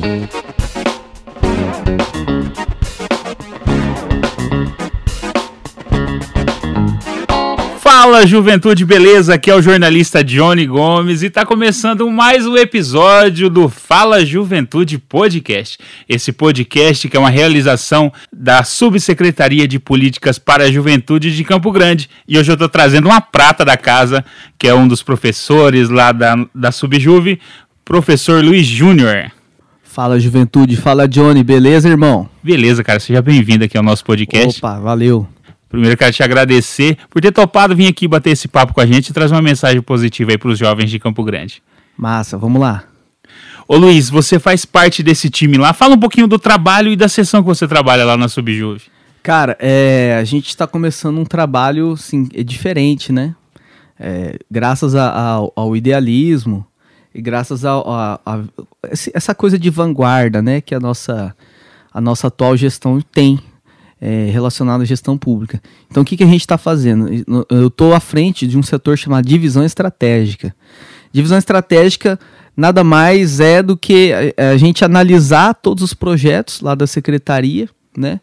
Fala, juventude, beleza? Aqui é o jornalista Johnny Gomes e tá começando mais um episódio do Fala Juventude Podcast. Esse podcast que é uma realização da Subsecretaria de Políticas para a Juventude de Campo Grande. E hoje eu tô trazendo uma prata da casa, que é um dos professores lá da Subjuve, professor Luiz Júnior. Fala, juventude. Fala, Johnny. Beleza, irmão? Beleza, cara. Seja bem-vindo aqui ao nosso podcast. Opa, valeu. Primeiro, quero te agradecer por ter topado vir aqui bater esse papo com a gente e trazer uma mensagem positiva aí para os jovens de Campo Grande. Massa, vamos lá. Ô Luiz, você faz parte desse time lá. Fala um pouquinho do trabalho e da sessão que você trabalha lá na Subjuve. Cara, a gente está começando um trabalho assim, diferente, né? Graças ao idealismo e graças a essa coisa de vanguarda, né? Que a nossa atual gestão tem. Relacionado à gestão pública. Então, o que a gente está fazendo? Eu estou à frente de um setor chamado Divisão Estratégica. Divisão Estratégica nada mais é do que a gente analisar todos os projetos lá da Secretaria, né?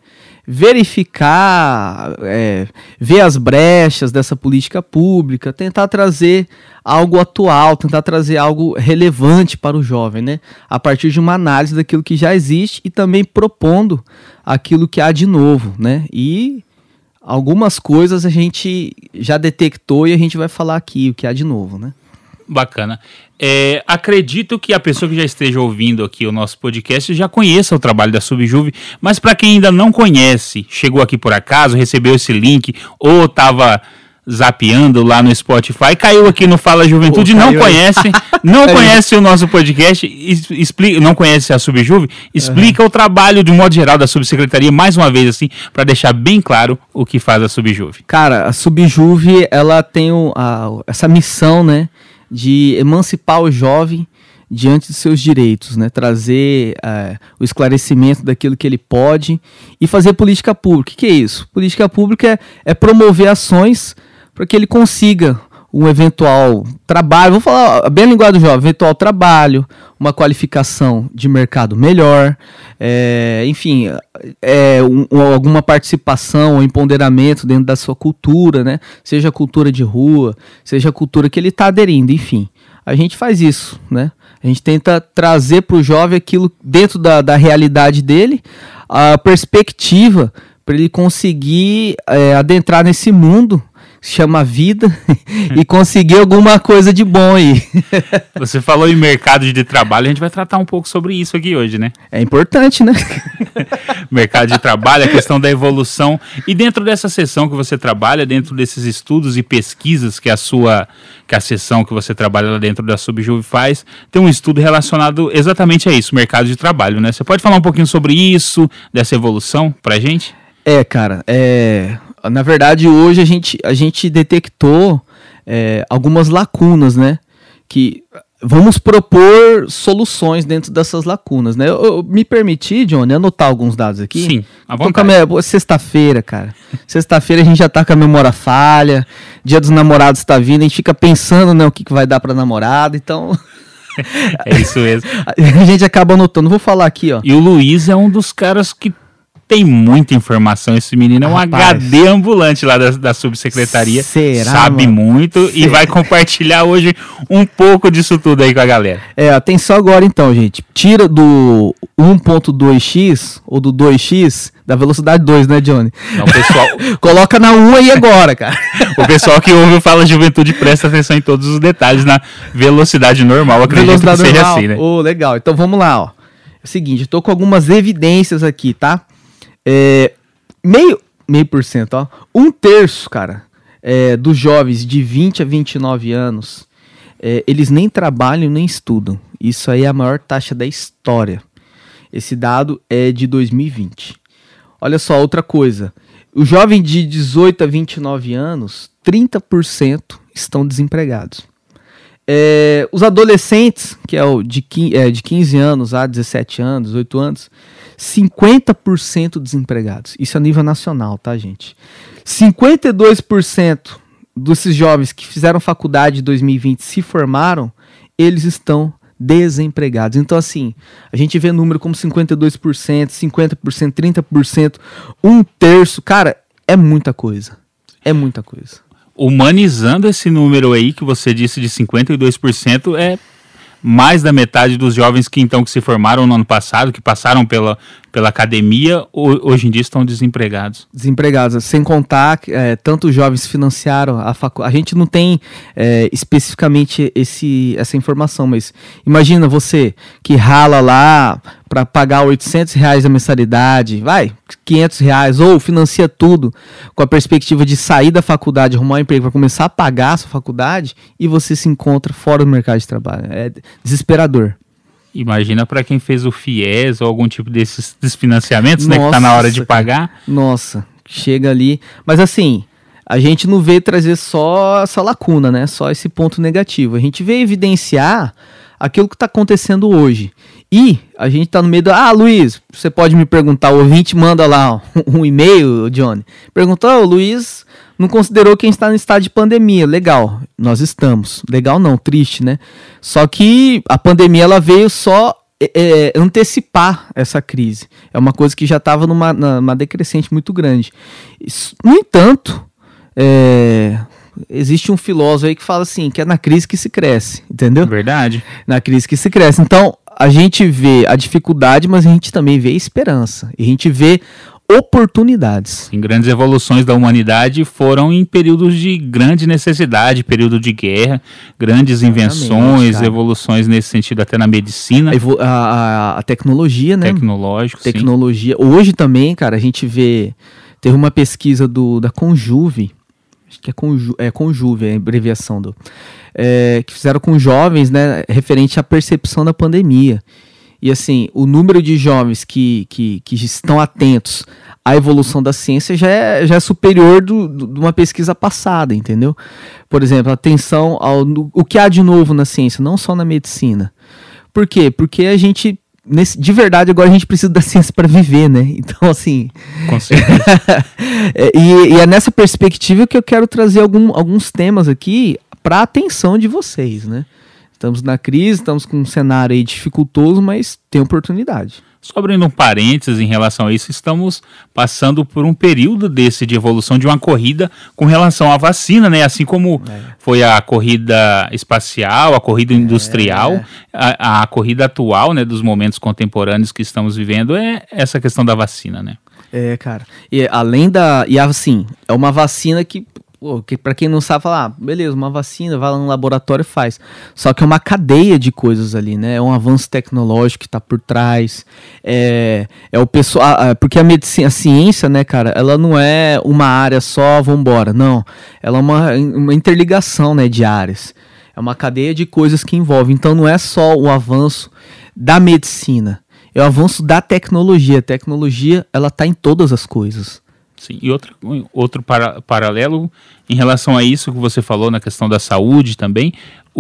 Verificar, ver as brechas dessa política pública, tentar trazer algo atual, tentar trazer algo relevante para o jovem, né? A partir de uma análise daquilo que já existe e também propondo aquilo que há de novo, né? E algumas coisas a gente já detectou e a gente vai falar aqui o que há de novo, né? Bacana. Acredito que a pessoa que já esteja ouvindo aqui o nosso podcast já conheça o trabalho da Subjuve, mas para quem ainda não conhece, chegou aqui por acaso, recebeu esse link ou estava zapeando lá no Spotify, caiu aqui no Fala Juventude, não conhece o nosso podcast, não conhece a Subjuve, explica o trabalho de um modo geral da Subsecretaria, mais uma vez assim, para deixar bem claro o que faz a Subjuve. Cara, a Subjuve, ela tem essa missão, né, de emancipar o jovem diante de seus direitos, né? Trazer o esclarecimento daquilo que ele pode e fazer política pública. O que é isso? Política pública é promover ações para que ele consiga um eventual trabalho, vou falar bem a linguagem do jovem, eventual trabalho, uma qualificação de mercado melhor, enfim, alguma participação ou empoderamento dentro da sua cultura, né? Seja a cultura de rua, seja a cultura que ele está aderindo, enfim. A gente faz isso, né? A gente tenta trazer para o jovem aquilo dentro da realidade dele, a perspectiva para ele conseguir adentrar nesse mundo que se chama vida e conseguir alguma coisa de bom aí. Você falou em mercado de trabalho, a gente vai tratar um pouco sobre isso aqui hoje, né? É importante, né? Mercado de trabalho, a questão da evolução. E dentro dessa sessão que você trabalha, dentro desses estudos e pesquisas que a sessão que você trabalha lá dentro da Subjuve faz, tem um estudo relacionado exatamente a isso, mercado de trabalho, né? Você pode falar um pouquinho sobre isso, dessa evolução pra gente? Cara, na verdade hoje a gente detectou algumas lacunas, né? Que vamos propor soluções dentro dessas lacunas, né? Eu me permiti, Johnny, anotar alguns dados aqui. Sim, à vontade. Sexta-feira, cara. Sexta-feira a gente já tá com a memória falha, Dia dos Namorados tá vindo, a gente fica pensando, né, o que vai dar pra namorada, então... É isso mesmo. A gente acaba anotando, vou falar aqui, ó. E o Luiz é um dos caras que tem muita informação, esse menino é um HD ambulante lá da Subsecretaria. Será, sabe mano? muito e vai compartilhar hoje um pouco disso tudo aí com a galera. Atenção agora então, gente. Tira do 1.2x ou do 2x da velocidade 2, né, Johnny? Não, pessoal... Coloca na 1 aí agora, cara. O pessoal que ouve o Fala Juventude presta atenção em todos os detalhes na velocidade normal, acredito velocidade que seja normal. Assim, né? Legal. Então vamos lá, ó. É o seguinte, eu tô com algumas evidências aqui, tá? Meio por cento, ó. 1/3, cara, dos jovens de 20 a 29 anos, eles nem trabalham nem estudam. Isso aí é a maior taxa da história. Esse dado é de 2020. Olha só, outra coisa. O jovem de 18 a 29 anos, 30% estão desempregados. Os adolescentes, que é o de 15 anos a 17 anos, 18 anos, 50% desempregados. Isso a nível nacional, tá, gente? 52% desses jovens que fizeram faculdade em 2020 se formaram, eles estão desempregados. Então, assim, a gente vê número como 52%, 50%, 30%, um terço. Cara, é muita coisa. É muita coisa. Humanizando esse número aí que você disse de 52%, é mais da metade dos jovens que se formaram no ano passado, que passaram pela academia, hoje em dia estão desempregados. Desempregados, sem contar que tantos jovens financiaram a faculdade. A gente não tem especificamente essa informação, mas imagina você que rala lá para pagar R$800 a mensalidade, R$500, ou financia tudo com a perspectiva de sair da faculdade, arrumar um emprego para começar a pagar a sua faculdade, e você se encontra fora do mercado de trabalho. É desesperador. Imagina para quem fez o FIES ou algum tipo desses financiamentos, né, que está na hora de pagar. Nossa, chega ali. Mas assim, a gente não veio trazer só essa lacuna, né? Só esse ponto negativo. A gente veio evidenciar aquilo que está acontecendo hoje. E a gente está no meio Luiz, você pode me perguntar, o ouvinte manda lá um e-mail, Johnny, perguntou, Luiz não considerou quem está no estado de pandemia. Legal, nós estamos. Legal não, triste, né? Só que a pandemia ela veio só antecipar essa crise. É uma coisa que já estava numa decrescente muito grande. No entanto, existe um filósofo aí que fala assim, que é na crise que se cresce, entendeu? Verdade. Na crise que se cresce. Então, a gente vê a dificuldade, mas a gente também vê a esperança. E a gente vê oportunidades. Em grandes evoluções da humanidade foram em períodos de grande necessidade, período de guerra, grandes invenções, evoluções nesse sentido até na medicina. A tecnologia, né? Tecnologia. Hoje também, cara, a gente vê... Teve uma pesquisa da Conjuve, acho que é Conjuve, é a abreviação que fizeram com jovens, né, referente à percepção da pandemia. E assim, o número de jovens que estão atentos à evolução da ciência já é superior de uma pesquisa passada, entendeu? Por exemplo, atenção o que há de novo na ciência, não só na medicina. Por quê? Porque a gente, de verdade, agora a gente precisa da ciência para viver, né? Então, assim... Com certeza. e é nessa perspectiva que eu quero trazer alguns temas aqui para a atenção de vocês, né? Estamos na crise, estamos com um cenário aí dificultoso, mas tem oportunidade. Só abrindo um parênteses em relação a isso, estamos passando por um período de evolução de uma corrida com relação à vacina, né? Assim como foi a corrida espacial, a corrida industrial, a corrida atual, né, dos momentos contemporâneos que estamos vivendo é essa questão da vacina, né? Cara. E assim, é uma vacina que para quem não sabe, falar, beleza, uma vacina, vai lá no laboratório e faz. Só que é uma cadeia de coisas ali, né? É um avanço tecnológico que está por trás. É o pessoal, porque a medicina, a ciência, né, cara, ela não é uma área só, vambora. Não, ela é uma interligação, né, de áreas. É uma cadeia de coisas que envolve. Então não é só o avanço da medicina, é o avanço da tecnologia. A tecnologia, ela está em todas as coisas. Sim, e outro paralelo em relação a isso que você falou na questão da saúde também,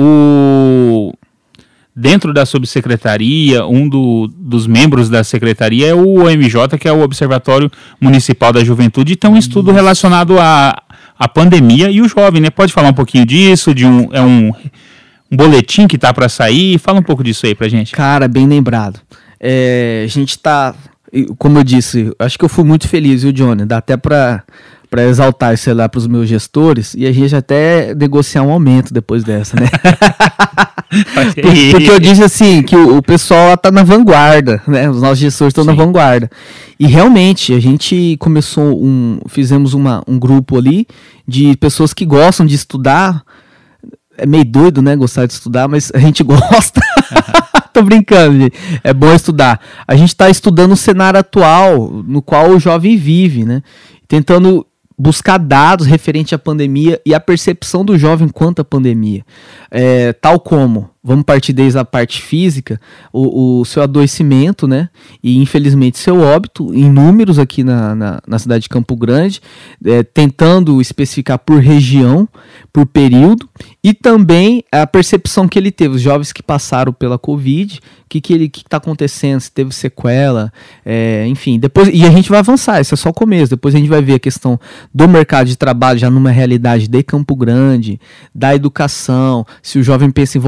dentro da subsecretaria, dos membros da secretaria é o OMJ, que é o Observatório Municipal da Juventude, e tem um estudo relacionado à pandemia e o jovem, né? Pode falar um pouquinho disso, um boletim que está para sair, fala um pouco disso aí pra gente. Cara, bem lembrado. A gente tá... Como eu disse, acho que eu fui muito feliz, viu, Johnny? Dá até para exaltar isso lá para os meus gestores e a gente até negociar um aumento depois dessa, né? Porque eu disse assim, que o pessoal está na vanguarda, né? Os nossos gestores estão na vanguarda. E realmente, a gente fizemos um grupo ali de pessoas que gostam de estudar. É meio doido, né? Gostar de estudar, mas a gente gosta. Tô brincando, gente. É bom estudar. A gente está estudando o cenário atual no qual o jovem vive, né? Tentando buscar dados referente à pandemia e a percepção do jovem quanto à pandemia. Tal como, vamos partir desde a parte física, o seu adoecimento, né? E infelizmente seu óbito, em números aqui na cidade de Campo Grande, tentando especificar por região, por período, e também a percepção que ele teve, os jovens que passaram pela Covid, o que está acontecendo, se teve sequela, enfim, depois, e a gente vai avançar, isso é só o começo, depois a gente vai ver a questão do mercado de trabalho já numa realidade de Campo Grande, da educação, se o jovem pensa em voltar para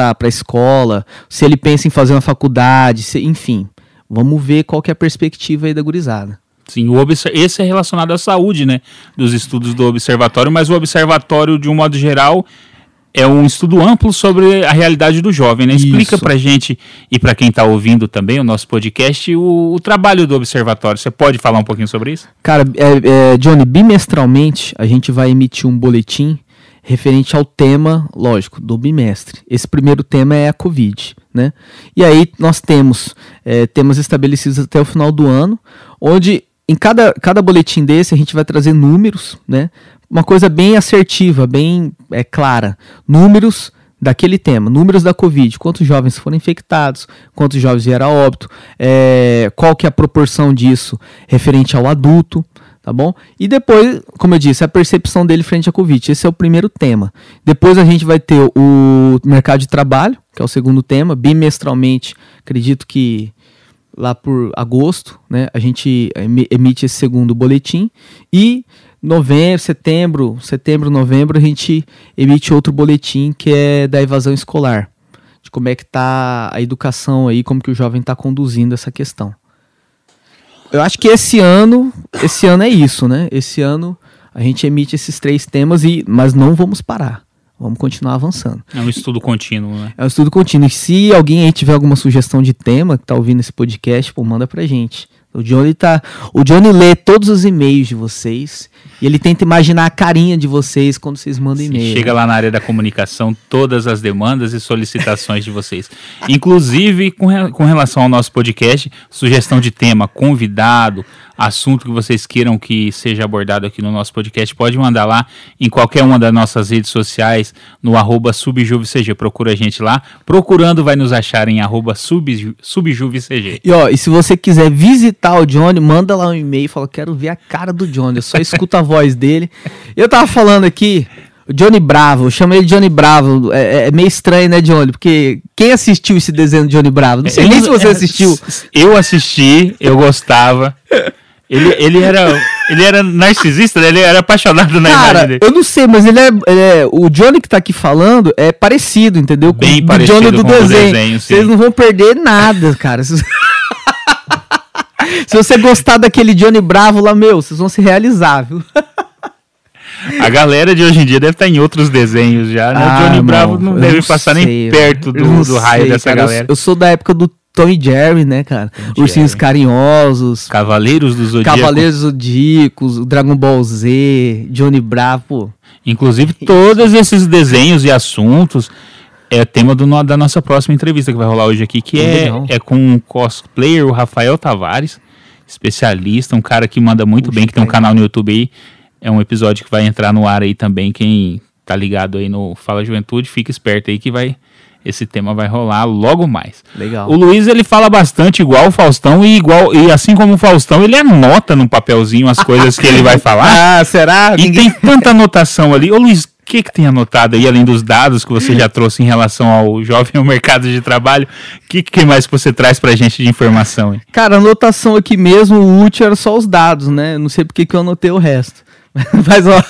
para a escola, se ele pensa em fazer uma faculdade, enfim. Vamos ver qual que é a perspectiva aí da gurizada. Sim, esse é relacionado à saúde, né, dos estudos do observatório, mas o observatório, de um modo geral, é um estudo amplo sobre a realidade do jovem, né? Explica pra gente e para quem tá ouvindo também o nosso podcast o trabalho do observatório. Você pode falar um pouquinho sobre isso? Cara, Johnny, bimestralmente a gente vai emitir um boletim referente ao tema, lógico, do bimestre. Esse primeiro tema é a Covid, né? E aí nós temos temas estabelecidos até o final do ano, onde em cada boletim desse a gente vai trazer números, né? Uma coisa bem assertiva, bem clara. Números daquele tema, números da Covid, quantos jovens foram infectados, quantos jovens vieram a óbito, qual que é a proporção disso referente ao adulto, tá bom? E depois, como eu disse, a percepção dele frente à Covid. Esse é o primeiro tema. Depois a gente vai ter o mercado de trabalho, que é o segundo tema, bimestralmente, acredito que lá por agosto, né, a gente emite esse segundo boletim, e setembro, novembro, a gente emite outro boletim que é da evasão escolar, de como é que está a educação aí, como que o jovem está conduzindo essa questão. Eu acho que esse ano é isso, né? Esse ano a gente emite esses 3 temas, mas não vamos parar. Vamos continuar avançando. É um estudo contínuo, né? É um estudo contínuo. E se alguém aí tiver alguma sugestão de tema que tá ouvindo esse podcast, manda pra gente. O Johnny lê todos os e-mails de vocês e ele tenta imaginar a carinha de vocês quando vocês mandam e-mail. Chega lá na área da comunicação todas as demandas e solicitações de vocês. Inclusive, com relação ao nosso podcast, sugestão de tema, convidado, assunto que vocês queiram que seja abordado aqui no nosso podcast, pode mandar lá em qualquer uma das nossas redes sociais, no @subjuvecg. Procura a gente lá. Procurando, vai nos achar em @subjuvecg. E se você quiser visitar o Johnny, manda lá um e-mail e fala, quero ver a cara do Johnny. Eu só escuto a voz dele. Eu tava falando aqui, o Johnny Bravo, eu chamei ele de Johnny Bravo. É meio estranho, né, Johnny? Porque quem assistiu esse desenho do Johnny Bravo? Não sei nem se você assistiu. Eu assisti, eu gostava. Ele era narcisista, né? Ele era apaixonado na imagem dele. Eu não sei, mas o Johnny que tá aqui falando é parecido, entendeu? Bem parecido Johnny do com o desenho. Vocês não vão perder nada, cara. Se você gostar daquele Johnny Bravo lá, vocês vão se realizar, viu? A galera de hoje em dia deve estar em outros desenhos já, né? O Johnny Bravo não deve passar nem perto do raio dessa galera. Eu sou da época do Tom e Jerry, né, cara? Ursinhos Carinhosos. Cavaleiros do Zodíacos, Dragon Ball Z, Johnny Bravo. Pô. Inclusive, todos esses desenhos e assuntos é tema da nossa próxima entrevista que vai rolar hoje aqui, que é com um cosplayer, o Rafael Tavares, especialista, um cara que manda muito bem, que tem um canal no YouTube aí. É um episódio que vai entrar no ar aí também. Quem tá ligado aí no Fala Juventude, fica esperto aí que esse tema vai rolar logo mais. Legal. O Luiz, ele fala bastante igual o Faustão e assim como o Faustão, ele anota no papelzinho as coisas que ele vai falar. Será? E tem tanta anotação ali. Ô Luiz, o que tem anotado aí, além dos dados que você já trouxe em relação ao jovem no mercado de trabalho? O que mais que você traz pra gente de informação? Hein? Cara, a anotação aqui mesmo, o útil era só os dados, né? Não sei porque que eu anotei o resto. Mas, ó...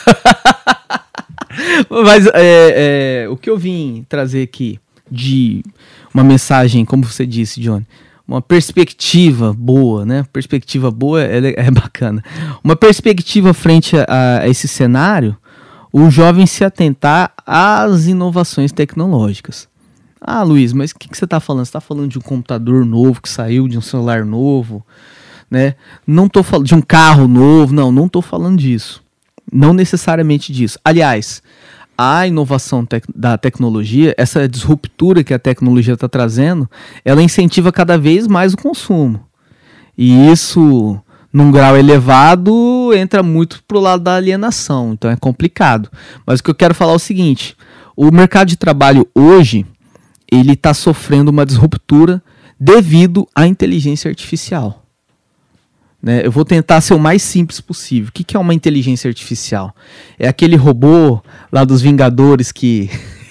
Mas o que eu vim trazer aqui de uma mensagem, como você disse, Johnny, uma perspectiva boa, né? Perspectiva boa é bacana. Uma perspectiva frente a esse cenário, o jovem se atentar às inovações tecnológicas. Ah, Luiz, mas o que você está falando? Você está falando de um computador novo que saiu, de um celular novo, né? Não estou falando de um carro novo, não estou falando disso. Não necessariamente disso. Aliás, a inovação da tecnologia, essa disruptura que a tecnologia está trazendo, ela incentiva cada vez mais o consumo. E isso, num grau elevado, entra muito pro lado da alienação. Então é complicado. Mas o que eu quero falar é o seguinte: o mercado de trabalho hoje, ele está sofrendo uma disruptura devido à inteligência artificial. Eu vou tentar ser o mais simples possível. O que é uma inteligência artificial? É aquele robô lá dos Vingadores que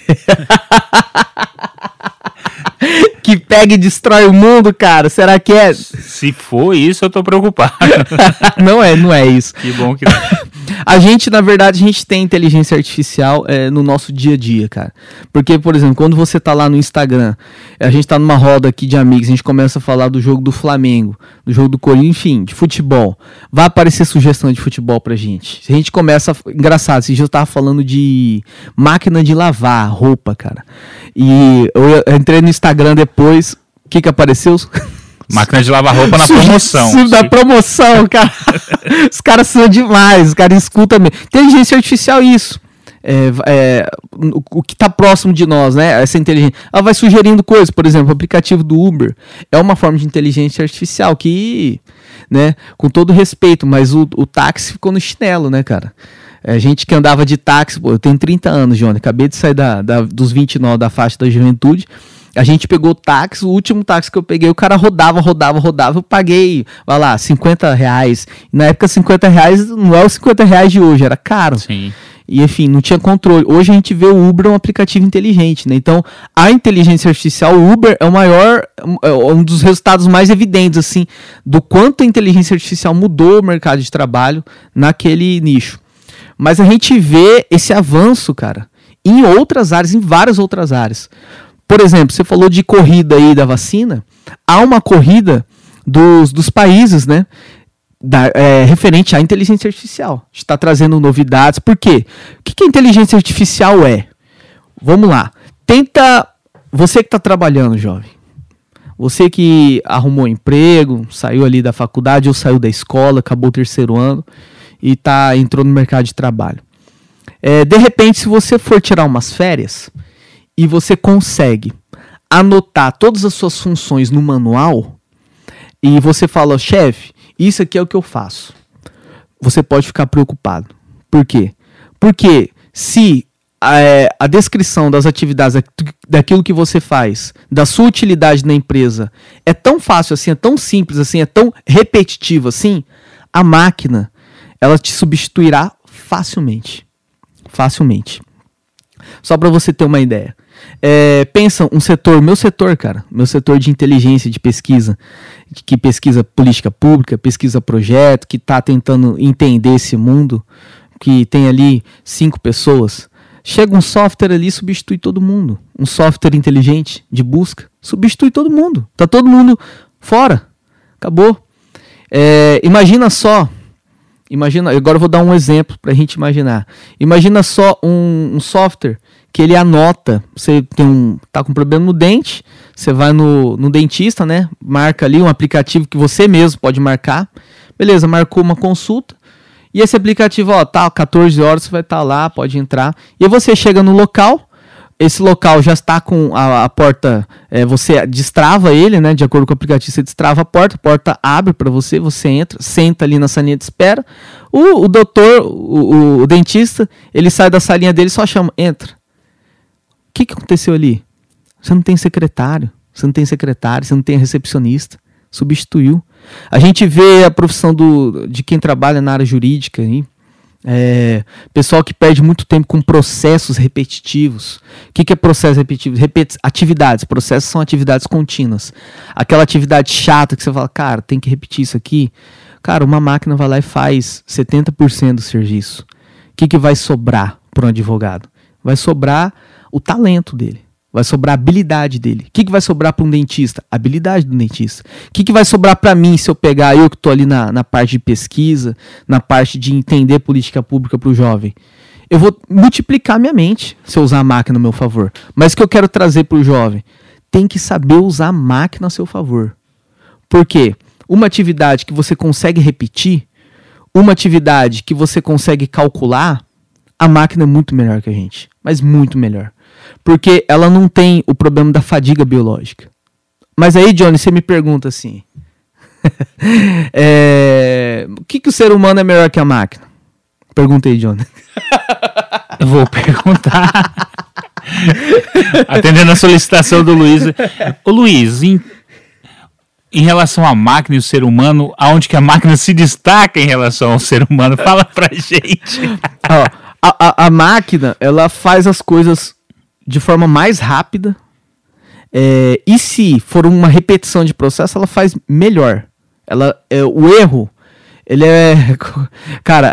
que pega e destrói o mundo, cara? Será que é? Se for isso, eu tô preocupado. Não é isso. Que bom que não. A gente, na verdade, a gente tem inteligência artificial no nosso dia a dia, cara. Porque, por exemplo, quando você tá lá no Instagram, a gente tá numa roda aqui de amigos, a gente começa a falar do jogo do Flamengo, do jogo do Corinthians, enfim, de futebol. Vai aparecer sugestão de futebol pra gente. Se a gente começa... Engraçado, esse dia eu tava falando de máquina de lavar roupa, cara. E eu entrei no Instagram depois, o que apareceu? Máquina de lavar roupa na promoção. Da promoção, cara. Os caras são demais, os caras escutam mesmo. Inteligência artificial, isso. O que está próximo de nós, né? Essa inteligência. Ela vai sugerindo coisas, por exemplo, o aplicativo do Uber é uma forma de inteligência artificial que, né, com todo respeito, mas o táxi ficou no chinelo, né, cara? A gente que andava de táxi, pô, eu tenho 30 anos, Johnny, acabei de sair dos 29 da faixa da juventude. A gente pegou o táxi, o último táxi que eu peguei, o cara rodava, eu paguei, vai lá, R$50. Na época, R$50 não é os R$50 de hoje, era caro. Sim. E, enfim, não tinha controle. Hoje a gente vê o Uber um aplicativo inteligente, né? Então, a inteligência artificial, o Uber é um dos resultados mais evidentes, assim, do quanto a inteligência artificial mudou o mercado de trabalho naquele nicho. Mas a gente vê esse avanço, cara, em outras áreas, em várias outras áreas. Por exemplo, você falou de corrida aí da vacina. Há uma corrida dos países, né? Referente à inteligência artificial. A gente está trazendo novidades. Por quê? O que a inteligência artificial é? Vamos lá. Você que está trabalhando, jovem. Você que arrumou emprego, saiu ali da faculdade ou saiu da escola, acabou o 3º ano e entrou no mercado de trabalho. De repente, se você for tirar umas férias e você consegue anotar todas as suas funções no manual e você fala, chefe, isso aqui é o que eu faço. Você pode ficar preocupado. Por quê? Porque se a descrição das atividades, daquilo que você faz, da sua utilidade na empresa, é tão fácil assim, é tão simples assim, é tão repetitivo assim, a máquina, ela te substituirá facilmente. Facilmente. Só para você ter uma ideia. Pensa meu setor de inteligência, de pesquisa, que pesquisa política pública, pesquisa projeto, que está tentando entender esse mundo, que tem ali 5 pessoas. Chega um software ali e substitui todo mundo. Um software inteligente de busca substitui todo mundo. Tá todo mundo fora. Acabou. Imagina só. Agora eu vou dar um exemplo para a gente imaginar. Imagina só um software que ele anota, você tá com problema no dente, você vai no dentista, né? Marca ali um aplicativo que você mesmo pode marcar. Beleza, marcou uma consulta. E esse aplicativo, 14 horas você vai estar lá, pode entrar. E aí você chega no local, esse local já está com a porta, você destrava ele, né? De acordo com o aplicativo, você destrava a porta abre para você entra, senta ali na salinha de espera. O doutor, o dentista, ele sai da salinha dele e só chama, entra. O que aconteceu ali? Você não tem secretário, você não tem recepcionista. Substituiu. A gente vê a profissão de quem trabalha na área jurídica aí. Pessoal que perde muito tempo com processos repetitivos. O que é processo repetitivo? Atividades. Processos são atividades contínuas. Aquela atividade chata que você fala, cara, tem que repetir isso aqui. Cara, uma máquina vai lá e faz 70% do serviço. O que vai sobrar para um advogado? Vai sobrar o talento dele. Vai sobrar a habilidade dele. O que vai sobrar para um dentista? A habilidade do dentista. O que vai sobrar para mim se eu pegar, eu que estou ali na parte de pesquisa, na parte de entender política pública para o jovem? Eu vou multiplicar minha mente se eu usar a máquina a meu favor. Mas o que eu quero trazer para o jovem? Tem que saber usar a máquina a seu favor. Por quê? Uma atividade que você consegue repetir, uma atividade que você consegue calcular, a máquina é muito melhor que a gente. Mas muito melhor. Porque ela não tem o problema da fadiga biológica. Mas aí, Johnny, você me pergunta assim. O que o ser humano é melhor que a máquina? Pergunta aí, Johnny. Eu vou perguntar. Atendendo a solicitação do Luiz. Ô Luiz, em relação à máquina e o ser humano, aonde que a máquina se destaca em relação ao ser humano? Fala pra gente. A máquina, ela faz as coisas de forma mais rápida, e se for uma repetição de processo, ela faz melhor. O erro, Ele é... Cara,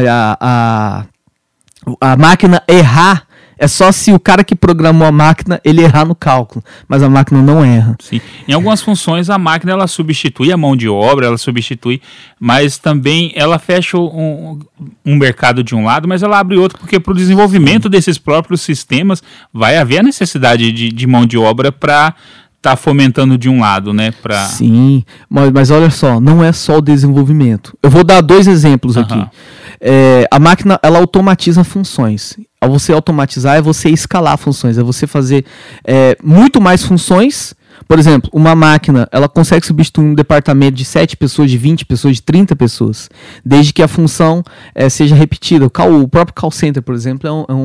a máquina errar é só se o cara que programou a máquina, ele errar no cálculo, mas a máquina não erra. Sim. Em algumas funções a máquina ela substitui a mão de obra, ela substitui, mas também ela fecha um mercado de um lado, mas ela abre outro, porque para o desenvolvimento desses próprios sistemas vai haver a necessidade de mão de obra para tá fomentando de um lado, né? Sim, mas olha só, não é só o desenvolvimento. Eu vou dar 2 exemplos aqui. A máquina, ela automatiza funções. Ao você automatizar, é você escalar funções, é você fazer muito mais funções. Por exemplo, uma máquina, ela consegue substituir um departamento de 7 pessoas, de 20 pessoas, de 30 pessoas, desde que a função seja repetida. O próprio call center, por exemplo,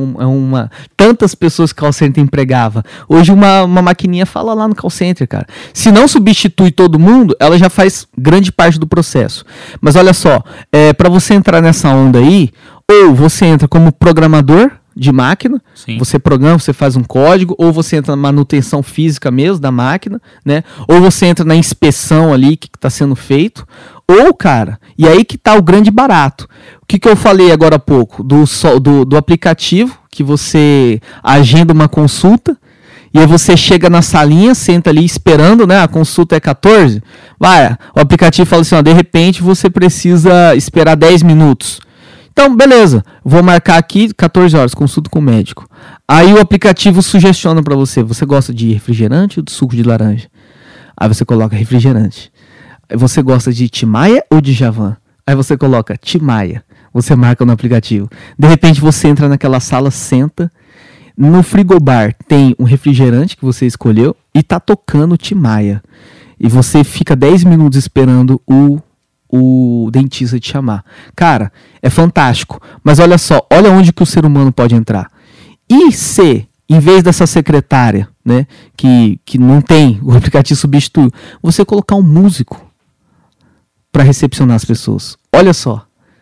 tantas pessoas que o call center empregava. Hoje uma maquininha fala lá no call center, cara. Se não substitui todo mundo, ela já faz grande parte do processo. Mas olha só, para você entrar nessa onda aí, ou você entra como programador de máquina, sim, você programa, você faz um código, ou você entra na manutenção física mesmo da máquina, né? Ou você entra na inspeção ali que está sendo feito, ou, cara, e aí que tá o grande barato. O que eu falei agora há pouco do aplicativo, que você agenda uma consulta, e aí você chega na salinha, senta ali esperando, né? A consulta é 14, o aplicativo fala assim, ó, de repente você precisa esperar 10 minutos. Então, beleza, vou marcar aqui 14 horas, consulta com o médico. Aí o aplicativo sugestiona para você gosta de refrigerante ou de suco de laranja? Aí você coloca refrigerante. Você gosta de Timaya ou de Javan? Aí você coloca Timaya. Você marca no aplicativo. De repente você entra naquela sala, senta. No frigobar tem um refrigerante que você escolheu e tá tocando Timaya. E você fica 10 minutos esperando o dentista te chamar. Cara, é fantástico. Mas olha só, olha onde que o ser humano pode entrar. E se, em vez dessa secretária, né, que não tem, o aplicativo substitui, você colocar um músico para recepcionar as pessoas? Olha só.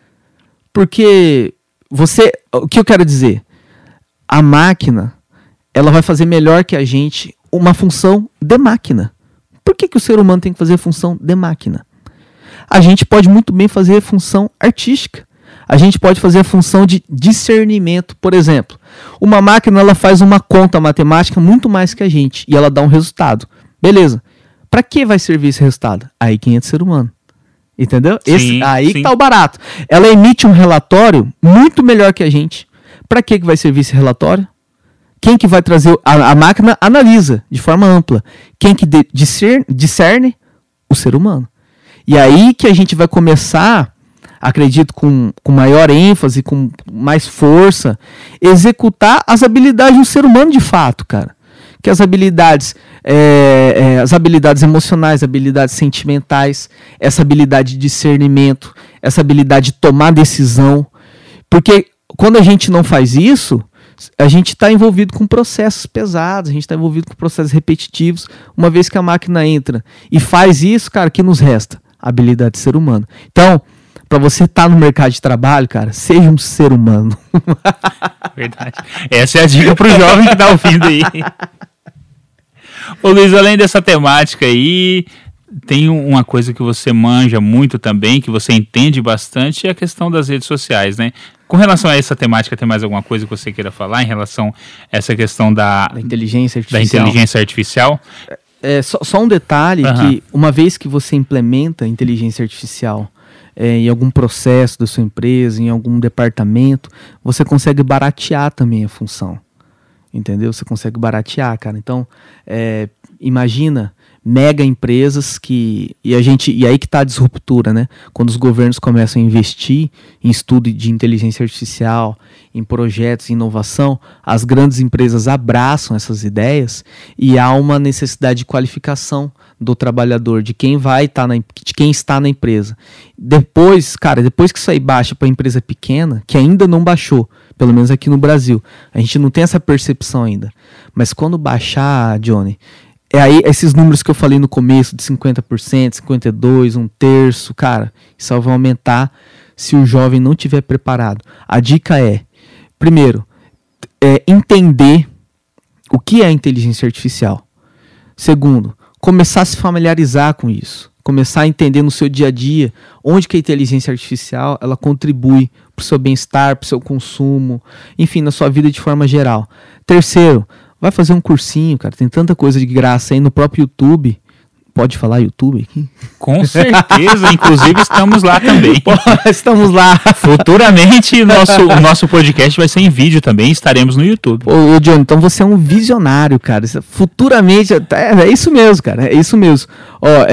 Porque o que eu quero dizer? A máquina, ela vai fazer melhor que a gente uma função de máquina. Por que o ser humano tem que fazer função de máquina? A gente pode muito bem fazer função artística. A gente pode fazer a função de discernimento. Por exemplo, uma máquina ela faz uma conta matemática muito mais que a gente e ela dá um resultado. Beleza. Para que vai servir esse resultado? Aí quem é do ser humano. Entendeu? Sim, aí sim. Que tá o barato. Ela emite um relatório muito melhor que a gente. Para que vai servir esse relatório? Quem que vai trazer? A máquina analisa de forma ampla. Quem que discerne? O ser humano. E aí que a gente vai começar, acredito, com maior ênfase, com mais força, executar as habilidades do ser humano de fato, cara. Que as habilidades emocionais, habilidades sentimentais, essa habilidade de discernimento, essa habilidade de tomar decisão. Porque quando a gente não faz isso, a gente está envolvido com processos pesados, a gente está envolvido com processos repetitivos. Uma vez que a máquina entra e faz isso, cara, o que nos resta? Habilidade de ser humano. Então, para você estar no mercado de trabalho, cara, seja um ser humano. Verdade. Essa é a dica pro jovem que tá ouvindo aí. Ô Luiz, além dessa temática aí, tem uma coisa que você manja muito também, que você entende bastante, é a questão das redes sociais, né? Com relação a essa temática, tem mais alguma coisa que você queira falar em relação a essa questão da inteligência artificial? Da inteligência artificial? Só um detalhe, que uma vez que você implementa inteligência artificial em algum processo da sua empresa, em algum departamento, você consegue baratear também a função. Entendeu? Você consegue baratear, cara. Então, imagina mega empresas e aí que está a disruptura, né? Quando os governos começam a investir em estudo de inteligência artificial, em projetos, em inovação, as grandes empresas abraçam essas ideias e há uma necessidade de qualificação do trabalhador, de quem de quem está na empresa. Depois que isso aí baixa para a empresa pequena, que ainda não baixou, pelo menos aqui no Brasil, a gente não tem essa percepção ainda. Mas quando baixar, Johnny, aí esses números que eu falei no começo, de 50%, 52%, um terço, cara, isso vai aumentar se o jovem não estiver preparado. A dica primeiro, entender o que é inteligência artificial. Segundo, começar a se familiarizar com isso. começar a entender no seu dia a dia onde que a inteligência artificial ela contribui para o seu bem-estar, para o seu consumo, enfim, na sua vida de forma geral. Terceiro, vai fazer um cursinho, cara, tem tanta coisa de graça aí no próprio YouTube. Pode falar YouTube aqui? Com certeza, inclusive estamos lá também. Estamos lá. Futuramente o nosso podcast vai ser em vídeo também, estaremos no YouTube. Ô Johnny, então você é um visionário, cara. Futuramente, é isso mesmo, cara, é isso mesmo. Ó,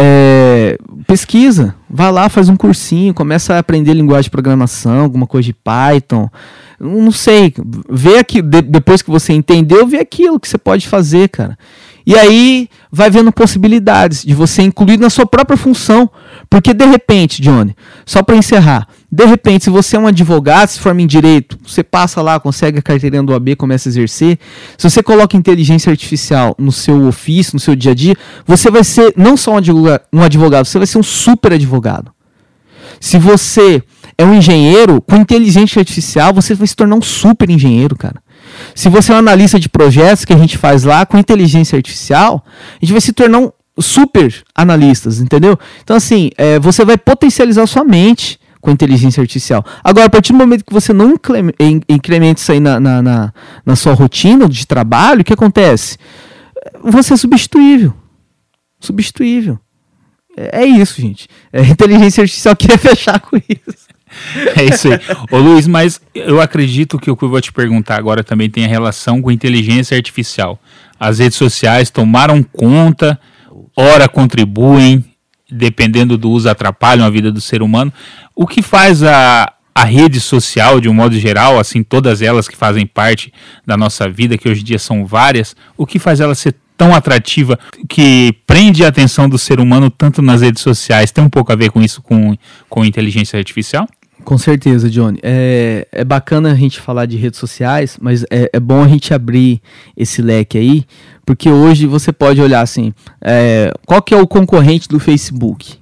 pesquisa, vai lá, faz um cursinho, começa a aprender linguagem de programação, alguma coisa de Python, não sei, vê aqui, depois que você entendeu, vê aquilo que você pode fazer, cara. E aí vai vendo possibilidades de você incluir na sua própria função. Porque de repente, Johnny, só para encerrar, de repente, se você é um advogado, se forma em direito, você passa lá, consegue a carteirinha do OAB, começa a exercer. Se você coloca inteligência artificial no seu ofício, no seu dia a dia, você vai ser não só um advogado, você vai ser um super advogado. Se você é um engenheiro, com inteligência artificial, você vai se tornar um super engenheiro, cara. Se você é um analista de projetos que a gente faz lá com inteligência artificial, a gente vai se tornar um super analistas, entendeu? Então, assim, você vai potencializar sua mente com inteligência artificial. Agora, a partir do momento que você não incrementa isso aí na sua rotina de trabalho, o que acontece? Você é substituível. Substituível. É isso, gente. Inteligência artificial queria fechar com isso. É isso aí. Ô Luiz, mas eu acredito que o que eu vou te perguntar agora também tem a relação com inteligência artificial. As redes sociais tomaram conta, ora contribuem, dependendo do uso, atrapalham a vida do ser humano. O que faz a rede social, de um modo geral, assim, todas elas que fazem parte da nossa vida, que hoje em dia são várias, o que faz ela ser tão atrativa, que prende a atenção do ser humano tanto nas redes sociais? Tem um pouco a ver com isso, com inteligência artificial? Com certeza, Johnny. É bacana a gente falar de redes sociais, mas é bom a gente abrir esse leque aí, porque hoje você pode olhar assim, qual que é o concorrente do Facebook?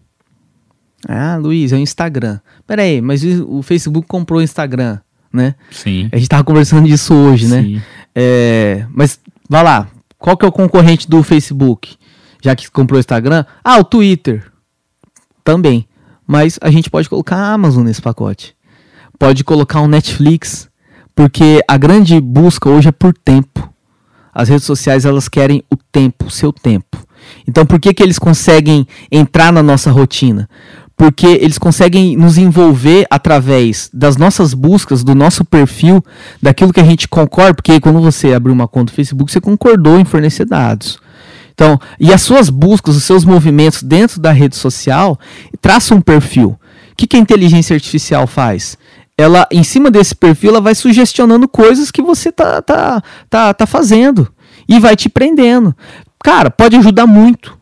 Ah, Luiz, é o Instagram. Peraí, mas o Facebook comprou o Instagram, né? Sim. A gente tava conversando disso hoje, Sim. né? Mas, vai lá, qual que é o concorrente do Facebook? Já que comprou o Instagram? Ah, o Twitter. Também. Mas a gente pode colocar a Amazon nesse pacote. Pode colocar o Netflix. Porque a grande busca hoje é por tempo. As redes sociais, elas querem o tempo, o seu tempo. Então, por que eles conseguem entrar na nossa rotina? Porque eles conseguem nos envolver através das nossas buscas, do nosso perfil, daquilo que a gente concorda. Porque quando você abriu uma conta no Facebook, você concordou em fornecer dados. Então, e as suas buscas, os seus movimentos dentro da rede social, traçam um perfil. O que a inteligência artificial faz? Ela, em cima desse perfil, ela vai sugestionando coisas que você tá fazendo. E vai te prendendo. Cara, pode ajudar muito.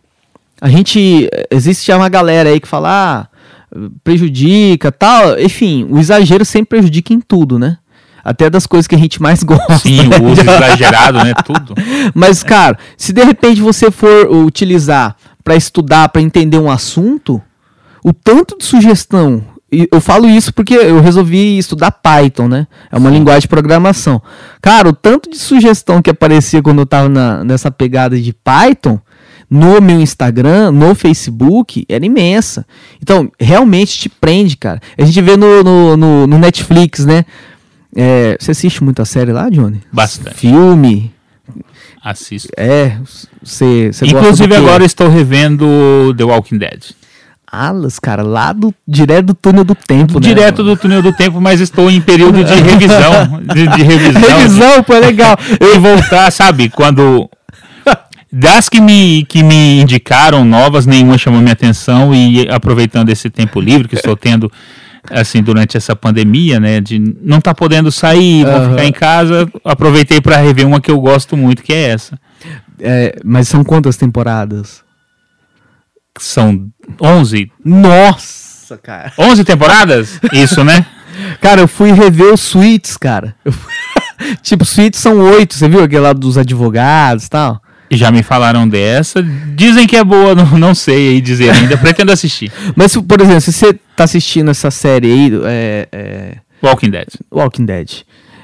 Existe uma galera aí que fala, prejudica, tal. Enfim, o exagero sempre prejudica em tudo, né? Até das coisas que a gente mais gosta. Sim, o uso exagerado, né? Tudo. Mas, cara, se de repente você for utilizar para estudar, para entender um assunto, o tanto de sugestão... Eu falo isso porque eu resolvi estudar Python, né? É uma linguagem de programação. Cara, o tanto de sugestão que aparecia quando eu tava nessa pegada de Python, no meu Instagram, no Facebook, era imensa. Então, realmente te prende, cara. A gente vê no Netflix, né? Você assiste muita série lá, Johnny? Bastante. Filme? Assisto. Você inclusive agora eu estou revendo The Walking Dead. Alas, cara, lá direto do túnel do tempo, né? Direto do túnel do tempo, mas estou em período de revisão. de revisão. Revisão, pô, é legal. Eu voltar, sabe, quando... Das que me indicaram novas, nenhuma chamou minha atenção, e aproveitando esse tempo livre que estou tendo, assim, durante essa pandemia, né, de não estar podendo sair, vou ficar em casa, aproveitei para rever uma que eu gosto muito, que é essa. Mas são quantas temporadas? São 11. Nossa, cara. 11 temporadas? Isso, né? Cara, eu fui rever os Suits, cara. Tipo, Suits são 8, você viu aquele lá dos advogados e tal? Já me falaram dessa. Dizem que é boa, não sei aí dizer ainda. Pretendo assistir. Mas, por exemplo, se você tá assistindo essa série aí... Walking Dead.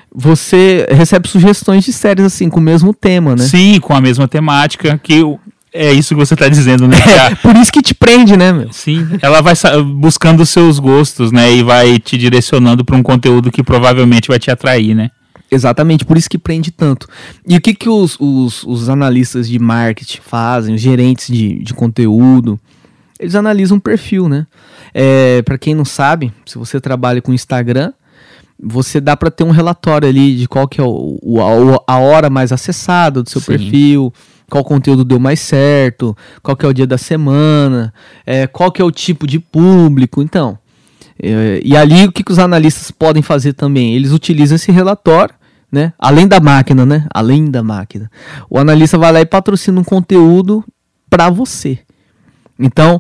Você recebe sugestões de séries assim, com o mesmo tema, né? Sim, com a mesma temática. Que É isso que você está dizendo, né? Por isso que te prende, né, meu? Sim, ela vai buscando os seus gostos, né? E vai te direcionando para um conteúdo que provavelmente vai te atrair, né? Exatamente, por isso que prende tanto. E o que os analistas de marketing fazem, os gerentes de conteúdo? Eles analisam o perfil, né? Para quem não sabe, se você trabalha com Instagram, você dá para ter um relatório ali de qual que é a hora mais acessada do seu perfil, qual conteúdo deu mais certo, qual que é o dia da semana, qual que é o tipo de público. Então, e ali o que os analistas podem fazer também? Eles utilizam esse relatório, né? Além da máquina, né? Além da máquina. O analista vai lá e patrocina um conteúdo para você. Então,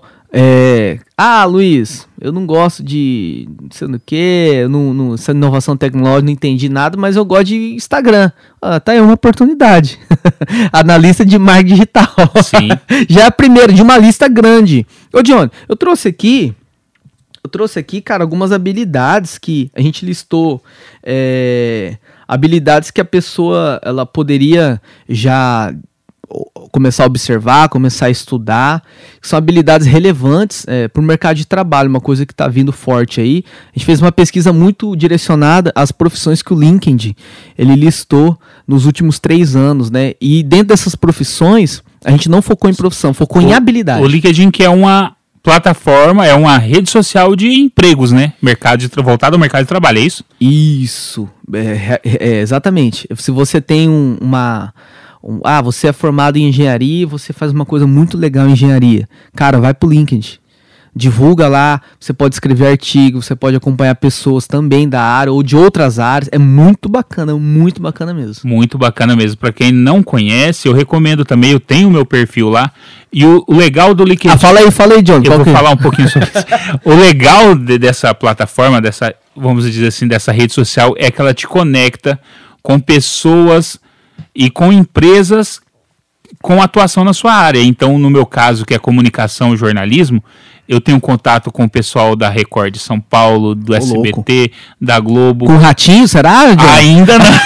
Luiz, eu não gosto de sendo que, essa inovação tecnológica, não entendi nada, mas eu gosto de Instagram. Tá aí uma oportunidade. Analista de marketing digital. Sim. Já é a primeira de uma lista grande. Ô, Johnny, eu trouxe aqui, cara, algumas habilidades que a gente listou. Habilidades que a pessoa ela poderia já começar a observar, começar a estudar, que são habilidades relevantes para o mercado de trabalho, uma coisa que está vindo forte aí. A gente fez uma pesquisa muito direcionada às profissões que o LinkedIn ele listou nos últimos 3 anos, né? E dentro dessas profissões, a gente não focou em profissão, focou em habilidade. O LinkedIn, que é uma plataforma, é uma rede social de empregos, né? Voltado ao mercado de trabalho, é isso? Isso, exatamente. Se você tem você é formado em engenharia e você faz uma coisa muito legal em engenharia. Cara, vai pro LinkedIn. Divulga lá, você pode escrever artigo, você pode acompanhar pessoas também da área ou de outras áreas. É muito bacana mesmo. Muito bacana mesmo. Para quem não conhece, eu recomendo também, eu tenho o meu perfil lá. E o legal do LinkedIn... Fala aí, John. Eu vou falar um pouquinho sobre isso. O legal dessa plataforma, vamos dizer assim, dessa rede social, é que ela te conecta com pessoas e com empresas com atuação na sua área. Então, no meu caso, que é comunicação e jornalismo, eu tenho contato com o pessoal da Record de São Paulo, do SBT, louco. Da Globo. Com o Ratinho, será? John? Ainda não.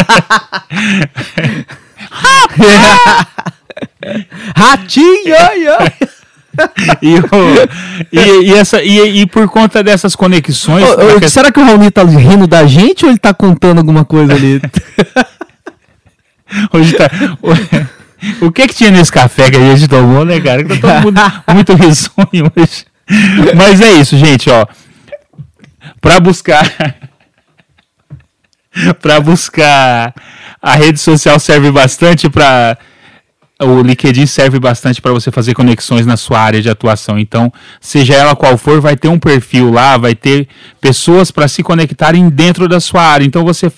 Ratinho! E por conta dessas conexões... Será que o Raoni tá rindo da gente ou ele tá contando alguma coisa ali? Hoje tá... O que tinha nesse café que a gente tomou, né, cara? Que tá todo mundo muito risonho hoje. Mas é isso, gente, ó. Pra buscar a rede social serve bastante para... O LinkedIn serve bastante para você fazer conexões na sua área de atuação. Então, seja ela qual for, vai ter um perfil lá, vai ter pessoas para se conectarem dentro da sua área. Então, você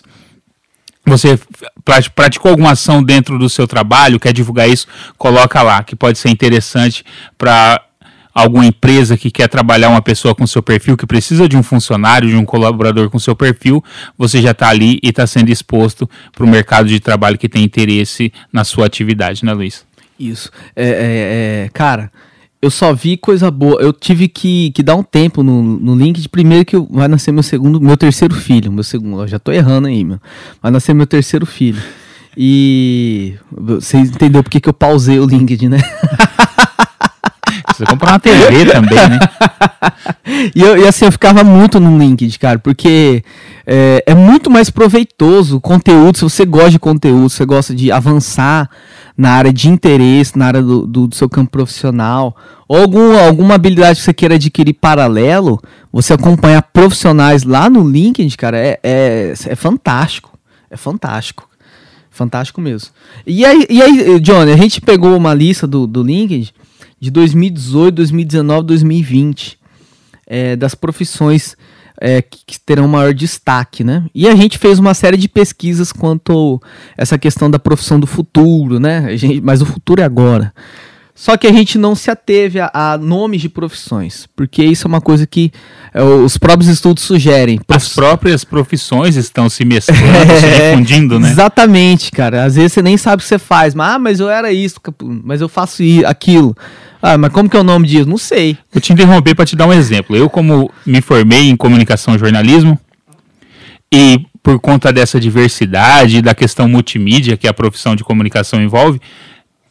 praticou alguma ação dentro do seu trabalho, quer divulgar isso, coloca lá, que pode ser interessante para alguma empresa que quer trabalhar uma pessoa com seu perfil, que precisa de um funcionário, de um colaborador com seu perfil, você já está ali e está sendo exposto para o mercado de trabalho que tem interesse na sua atividade, né, Luiz? Isso. Cara, eu só vi coisa boa. Eu tive que dar um tempo no LinkedIn. Primeiro que vai nascer meu terceiro filho. Eu já tô errando aí, meu. Vai nascer meu terceiro filho. E você entendeu por que eu pausei o LinkedIn, né? Você comprar uma TV também, né? E assim, eu ficava muito no LinkedIn, cara, porque é muito mais proveitoso o conteúdo. Se você gosta de conteúdo, se você gosta de avançar na área de interesse, na área do seu campo profissional, ou alguma habilidade que você queira adquirir paralelo, você acompanhar profissionais lá no LinkedIn, cara, é fantástico. É fantástico. Fantástico mesmo. E aí, Johnny, a gente pegou uma lista do LinkedIn de 2018, 2019, 2020, das profissões que terão maior destaque, né? E a gente fez uma série de pesquisas quanto a essa questão da profissão do futuro, né? Mas o futuro é agora. Só que a gente não se ateve a nomes de profissões, porque isso é uma coisa que os próprios estudos sugerem. As próprias profissões estão se mesclando, se difundindo, né? Exatamente, cara. Às vezes você nem sabe o que você faz, mas eu era isso, mas eu faço aquilo. Mas como que é o nome disso? Não sei. Vou te interromper para te dar um exemplo. Eu, como me formei em comunicação e jornalismo, e por conta dessa diversidade, da questão multimídia que a profissão de comunicação envolve,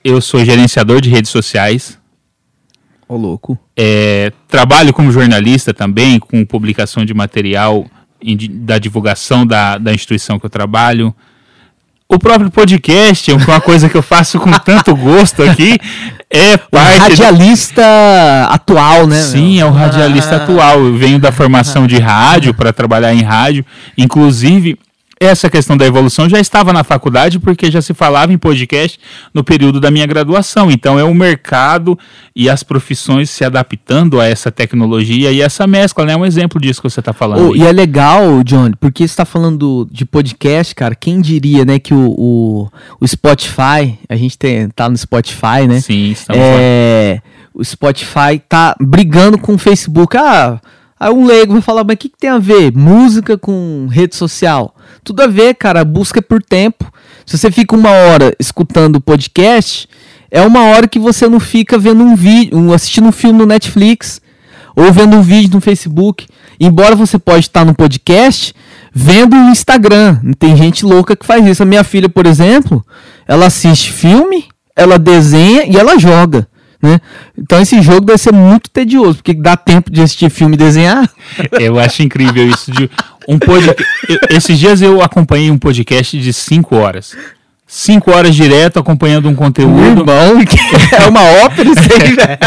eu sou gerenciador de redes sociais. Ô, louco. Trabalho como jornalista também, com publicação de material da divulgação da instituição que eu trabalho. O próprio podcast, uma coisa que eu faço com tanto gosto aqui, é parte... O radialista atual, né? Sim, é o radialista atual. Eu venho da formação de rádio, para trabalhar em rádio. Inclusive, essa questão da evolução já estava na faculdade, porque já se falava em podcast no período da minha graduação. Então, é o mercado e as profissões se adaptando a essa tecnologia e essa mescla, né? É um exemplo disso que você está falando. E é legal, Johnny, porque você está falando de podcast, cara. Quem diria, né, que o Spotify, a gente tá no Spotify, né? Sim, estamos lá. O Spotify tá brigando com o Facebook. Aí um leigo vai falar, mas o que tem a ver? Música com rede social? Tudo a ver, cara. A busca é por tempo. Se você fica 1 hora escutando o podcast, é 1 hora que você não fica vendo um vídeo, assistindo um filme no Netflix, ou vendo um vídeo no Facebook. Embora você pode estar no podcast, vendo o Instagram. Tem gente louca que faz isso. A minha filha, por exemplo, ela assiste filme, ela desenha e ela joga. Né? Então esse jogo deve ser muito tedioso, porque dá tempo de assistir filme e desenhar. Eu acho incrível isso. Esses dias eu acompanhei um podcast de 5 horas. 5 horas direto acompanhando um conteúdo. Irmão, é uma ópera isso aí, velho.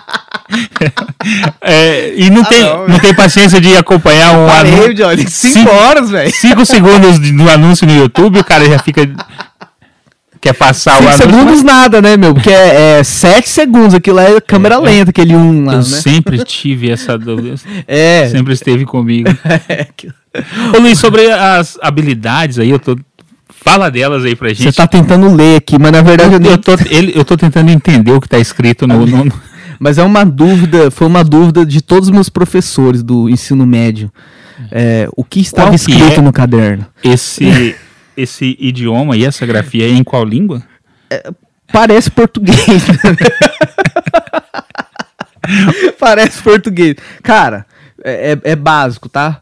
E não tem paciência de acompanhar um anúncio. 5 horas, velho. 5 segundos do anúncio no YouTube, o cara já fica... Quer passar 5 segundos nada, né, meu? Porque é 7 segundos. Aquilo é câmera lenta, aquele 1 lá, eu né? sempre tive essa dúvida. Sempre esteve comigo. Ô, Luiz, sobre as habilidades aí, fala delas aí pra gente. Você tá tentando ler aqui, mas na verdade eu tô tentando entender o que tá escrito no... Mas foi uma dúvida de todos os meus professores do ensino médio. O que estava escrito no caderno? Esse idioma e essa grafia é em qual língua? Parece português. Parece português. Cara, é básico, tá?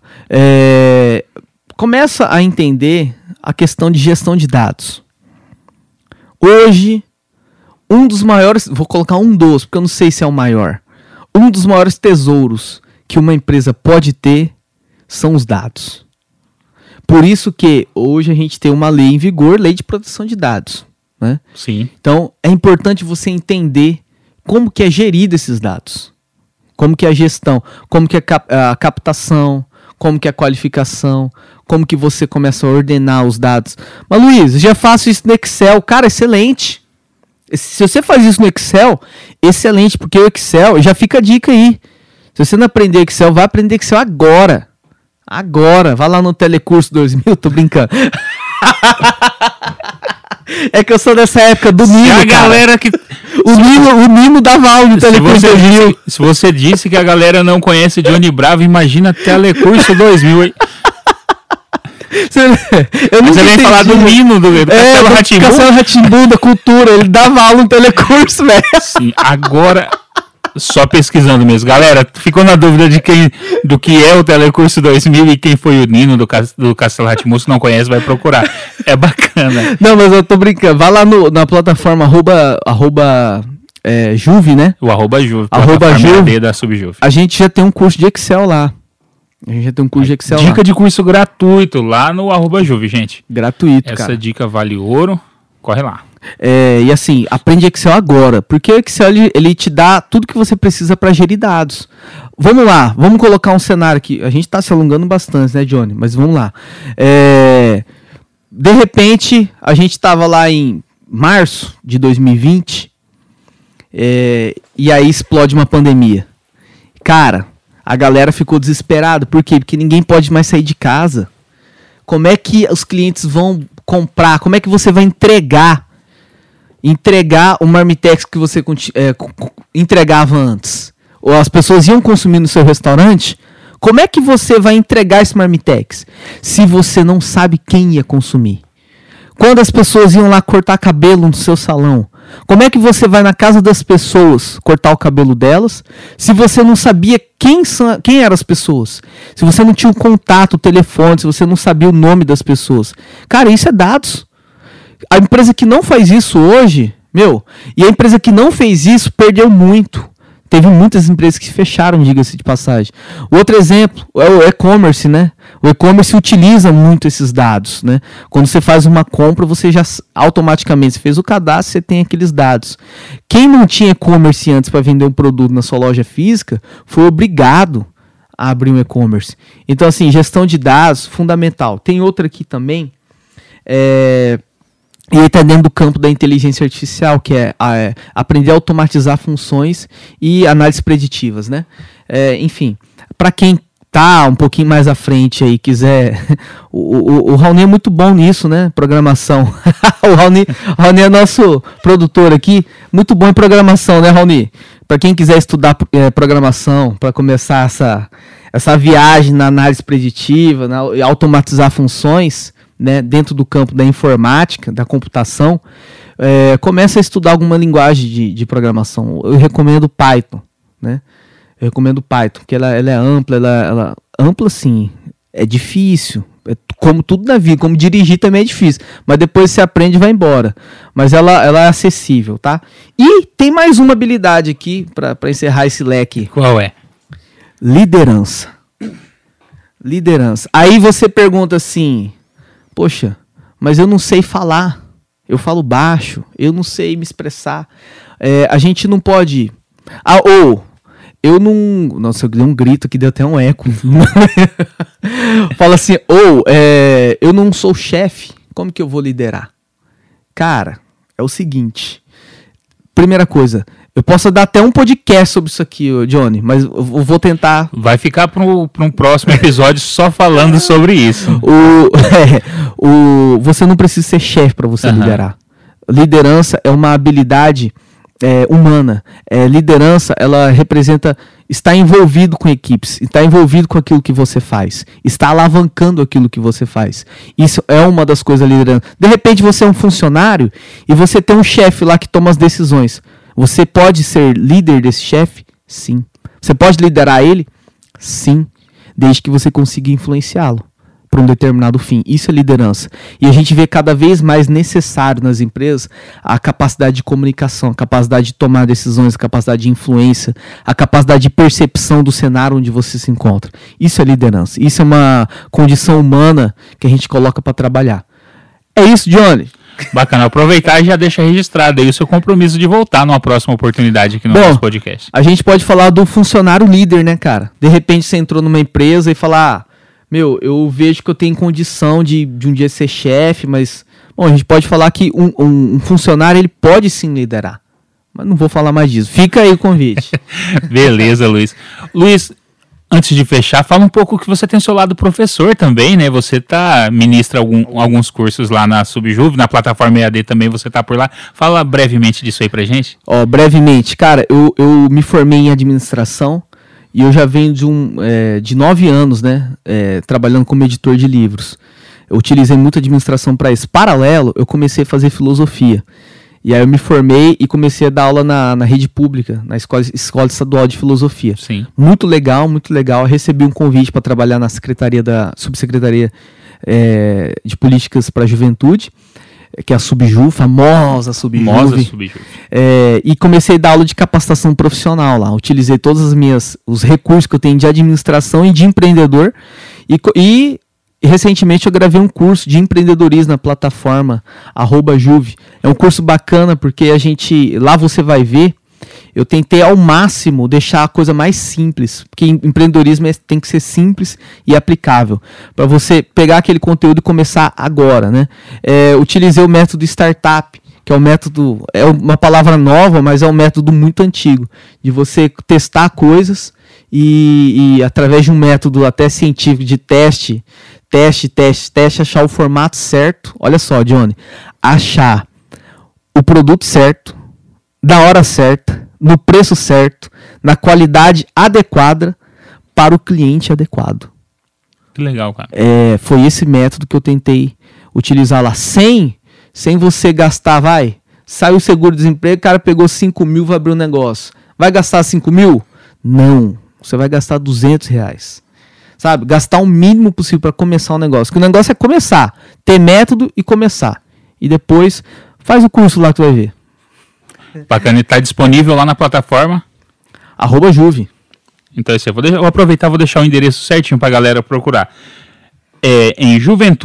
Começa a entender a questão de gestão de dados. Hoje, um dos maiores... Vou colocar porque eu não sei se é o maior. Um dos maiores tesouros que uma empresa pode ter são os dados. Por isso que hoje a gente tem uma lei em vigor, lei de proteção de dados, né? Sim. Então, é importante você entender como que é gerido esses dados. Como que é a gestão, como que é a captação, como que é a qualificação, como que você começa a ordenar os dados. Mas, Luiz, eu já faço isso no Excel. Cara, excelente. Se você faz isso no Excel, excelente, porque o Excel, já fica a dica aí. Se você não aprender Excel, vai aprender Excel agora. Agora, vai lá no Telecurso 2000, tô brincando. É que eu sou dessa época do Nino, a galera que... O Nino dava aula no Telecurso 2000. Se você disse que a galera não conhece Johnny Bravo, imagina Telecurso 2000, hein? Você vem falar do Nino, do Castelo Rá-Tim-Bum. Castelo Rá-Tim-Bum, da cultura. Ele dava aula no Telecurso, velho. Sim, agora... Só pesquisando mesmo. Galera, ficou na dúvida do que é o Telecurso 2000 e quem foi o Nino do Castelo Rá-Tim-Bum, se não conhece, vai procurar. É bacana. Não, mas eu tô brincando. Vai lá na plataforma Juve, né? O @Juve. @Juve da Subjuve. A gente já tem um curso de Excel lá. Dica de curso gratuito lá no @Juve, gente. Gratuito, Essa cara. dica vale ouro. Corre lá. E assim, aprende Excel agora, porque o Excel ele te dá tudo que você precisa para gerir dados. Vamos lá, vamos colocar um cenário aqui. A gente está se alongando bastante, né, Johnny? Mas vamos lá. De repente, a gente estava lá em março de 2020 e aí explode uma pandemia. Cara, a galera ficou desesperada. Por quê? Porque ninguém pode mais sair de casa. Como é que os clientes vão comprar? Como é que você vai entregar o marmitex que você entregava antes? Ou as pessoas iam consumir no seu restaurante? Como é que você vai entregar esse marmitex se você não sabe quem ia consumir? Quando as pessoas iam lá cortar cabelo no seu salão, como é que você vai na casa das pessoas cortar o cabelo delas se você não sabia quem eram as pessoas? Se você não tinha um contato, o telefone, se você não sabia o nome das pessoas? Cara, isso é dados. A empresa que não faz isso hoje, E a empresa que não fez isso perdeu muito. Teve muitas empresas que fecharam, diga-se de passagem. Outro exemplo é o e-commerce, né? O e-commerce utiliza muito esses dados, né? Quando você faz uma compra, você já automaticamente você fez o cadastro, você tem aqueles dados. Quem não tinha e-commerce antes para vender um produto na sua loja física, foi obrigado a abrir um e-commerce. Então, assim, gestão de dados, fundamental. Tem outra aqui também, e aí está dentro do campo da inteligência artificial, que é aprender a automatizar funções e análises preditivas, né? Enfim, para quem tá um pouquinho mais à frente aí, quiser... O Raoni é muito bom nisso, né? Programação. o Raoni é nosso produtor aqui, muito bom em programação, né, Raoni? Para quem quiser estudar programação, para começar essa viagem na análise preditiva, e automatizar funções, né, dentro do campo da informática, da computação, começa a estudar alguma linguagem de programação. Eu recomendo Python, né? Eu recomendo Python, porque ela é ampla, ampla sim, é difícil, como tudo na vida, como dirigir também é difícil, mas depois você aprende e vai embora. Mas ela é acessível, tá? E tem mais uma habilidade aqui, para encerrar esse leque. Qual é? Liderança. Aí você pergunta assim... Poxa, mas eu não sei falar, eu falo baixo, eu não sei me expressar. A gente não pode... eu não... Nossa, eu dei um grito que deu até um eco. Fala assim, eu não sou chefe, como que eu vou liderar? Cara, é o seguinte, primeira coisa... Eu posso dar até um podcast sobre isso aqui, Johnny, mas eu vou tentar... Vai ficar para um próximo episódio só falando sobre isso. Você não precisa ser chefe para você liderar. Liderança é uma habilidade humana. Liderança, ela representa estar envolvido com equipes, estar envolvido com aquilo que você faz, estar alavancando aquilo que você faz. Isso é uma das coisas da liderança. De repente você é um funcionário e você tem um chefe lá que toma as decisões. Você pode ser líder desse chefe? Sim. Você pode liderar ele? Sim. Desde que você consiga influenciá-lo para um determinado fim. Isso é liderança. E a gente vê cada vez mais necessário nas empresas a capacidade de comunicação, a capacidade de tomar decisões, a capacidade de influência, a capacidade de percepção do cenário onde você se encontra. Isso é liderança. Isso é uma condição humana que a gente coloca para trabalhar. É isso, Johnny. Bacana, aproveitar e já deixa registrado aí o seu compromisso de voltar numa próxima oportunidade aqui no nosso podcast. A gente pode falar do funcionário líder, né, cara? De repente você entrou numa empresa e falar, eu vejo que eu tenho condição de um dia ser chefe, mas... Bom, a gente pode falar que um funcionário, ele pode sim liderar. Mas não vou falar mais disso. Fica aí o convite. Beleza, Luiz. Luiz, antes de fechar, fala um pouco que você tem o seu lado professor também, né? Você ministra alguns cursos lá na Subjuve, na plataforma EAD também você tá por lá. Fala brevemente disso aí pra gente. Brevemente, cara, eu me formei em administração e eu já venho de 9 anos, né? Trabalhando como editor de livros. Eu utilizei muita administração para isso. Paralelo, eu comecei a fazer filosofia. E aí eu me formei e comecei a dar aula na rede pública, na Escola Estadual de Filosofia. Sim. Muito legal, muito legal. Eu recebi um convite para trabalhar na Subsecretaria de Políticas para a Juventude, que é a Subjuve, famosa Subjuve. E comecei a dar aula de capacitação profissional lá. Utilizei todos os recursos que eu tenho de administração e de empreendedor. E recentemente eu gravei um curso de empreendedorismo na plataforma @juve. É um curso bacana porque lá você vai ver, eu tentei ao máximo deixar a coisa mais simples, porque empreendedorismo tem que ser simples e aplicável, para você pegar aquele conteúdo e começar agora, né? Utilizei o método startup, que é um método, é uma palavra nova, mas é um método muito antigo, de você testar coisas e através de um método até científico de teste, achar o formato certo. Olha só, Johnny, achar o produto certo, na hora certa, no preço certo, na qualidade adequada para o cliente adequado. Que legal, cara. Foi esse método que eu tentei utilizar lá, sem você gastar, saiu o seguro-desemprego, o cara pegou 5 mil, vai abrir um negócio. Vai gastar 5 mil? Não, você vai gastar R$200. Sabe? Gastar o mínimo possível para começar um negócio. Porque o negócio é começar, ter método e começar. E depois faz o curso lá que tu vai ver. Bacana, está disponível lá na plataforma @Juve. Então, esse eu vou aproveitar, vou deixar o endereço certinho para a galera procurar. É em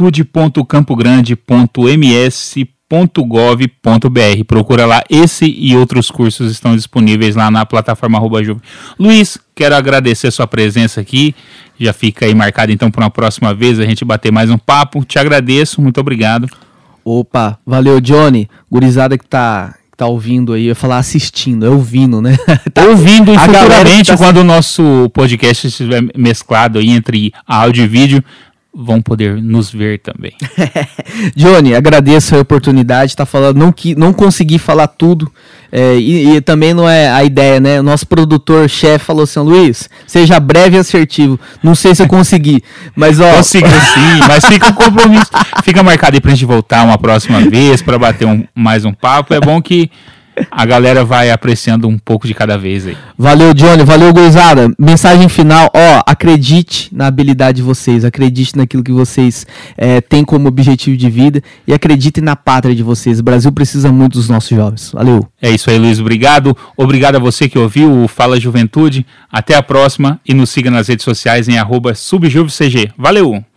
juventude.campogrande.ms.gov.br. Procura lá, esse e outros cursos estão disponíveis lá na plataforma @Juve. Luiz, quero agradecer a sua presença aqui. Já fica aí marcado então para uma próxima vez a gente bater mais um papo. Te agradeço, muito obrigado. Opa, valeu, Johnny. Gurizada que tá ouvindo aí, eu ia falar assistindo, é ouvindo, né? Tá ouvindo e futuramente, quando o nosso podcast estiver mesclado aí entre áudio e vídeo, vão poder nos ver também. Johnny, agradeço a oportunidade, tá falando, não consegui falar tudo, e também não é a ideia, né? O nosso produtor-chefe falou assim, Luiz, seja breve e assertivo. Não sei se eu consegui, mas ó... Consigo sim, mas fica um compromisso. Fica marcado aí pra gente voltar uma próxima vez, pra bater mais um papo. É bom que a galera vai apreciando um pouco de cada vez aí. Valeu, Johnny. Valeu, gurizada. Mensagem final, acredite na habilidade de vocês, acredite naquilo que vocês têm como objetivo de vida e acredite na pátria de vocês. O Brasil precisa muito dos nossos jovens. Valeu. É isso aí, Luiz. Obrigado. Obrigado a você que ouviu o Fala Juventude. Até a próxima e nos siga nas redes sociais em @SubJuveCG. Valeu!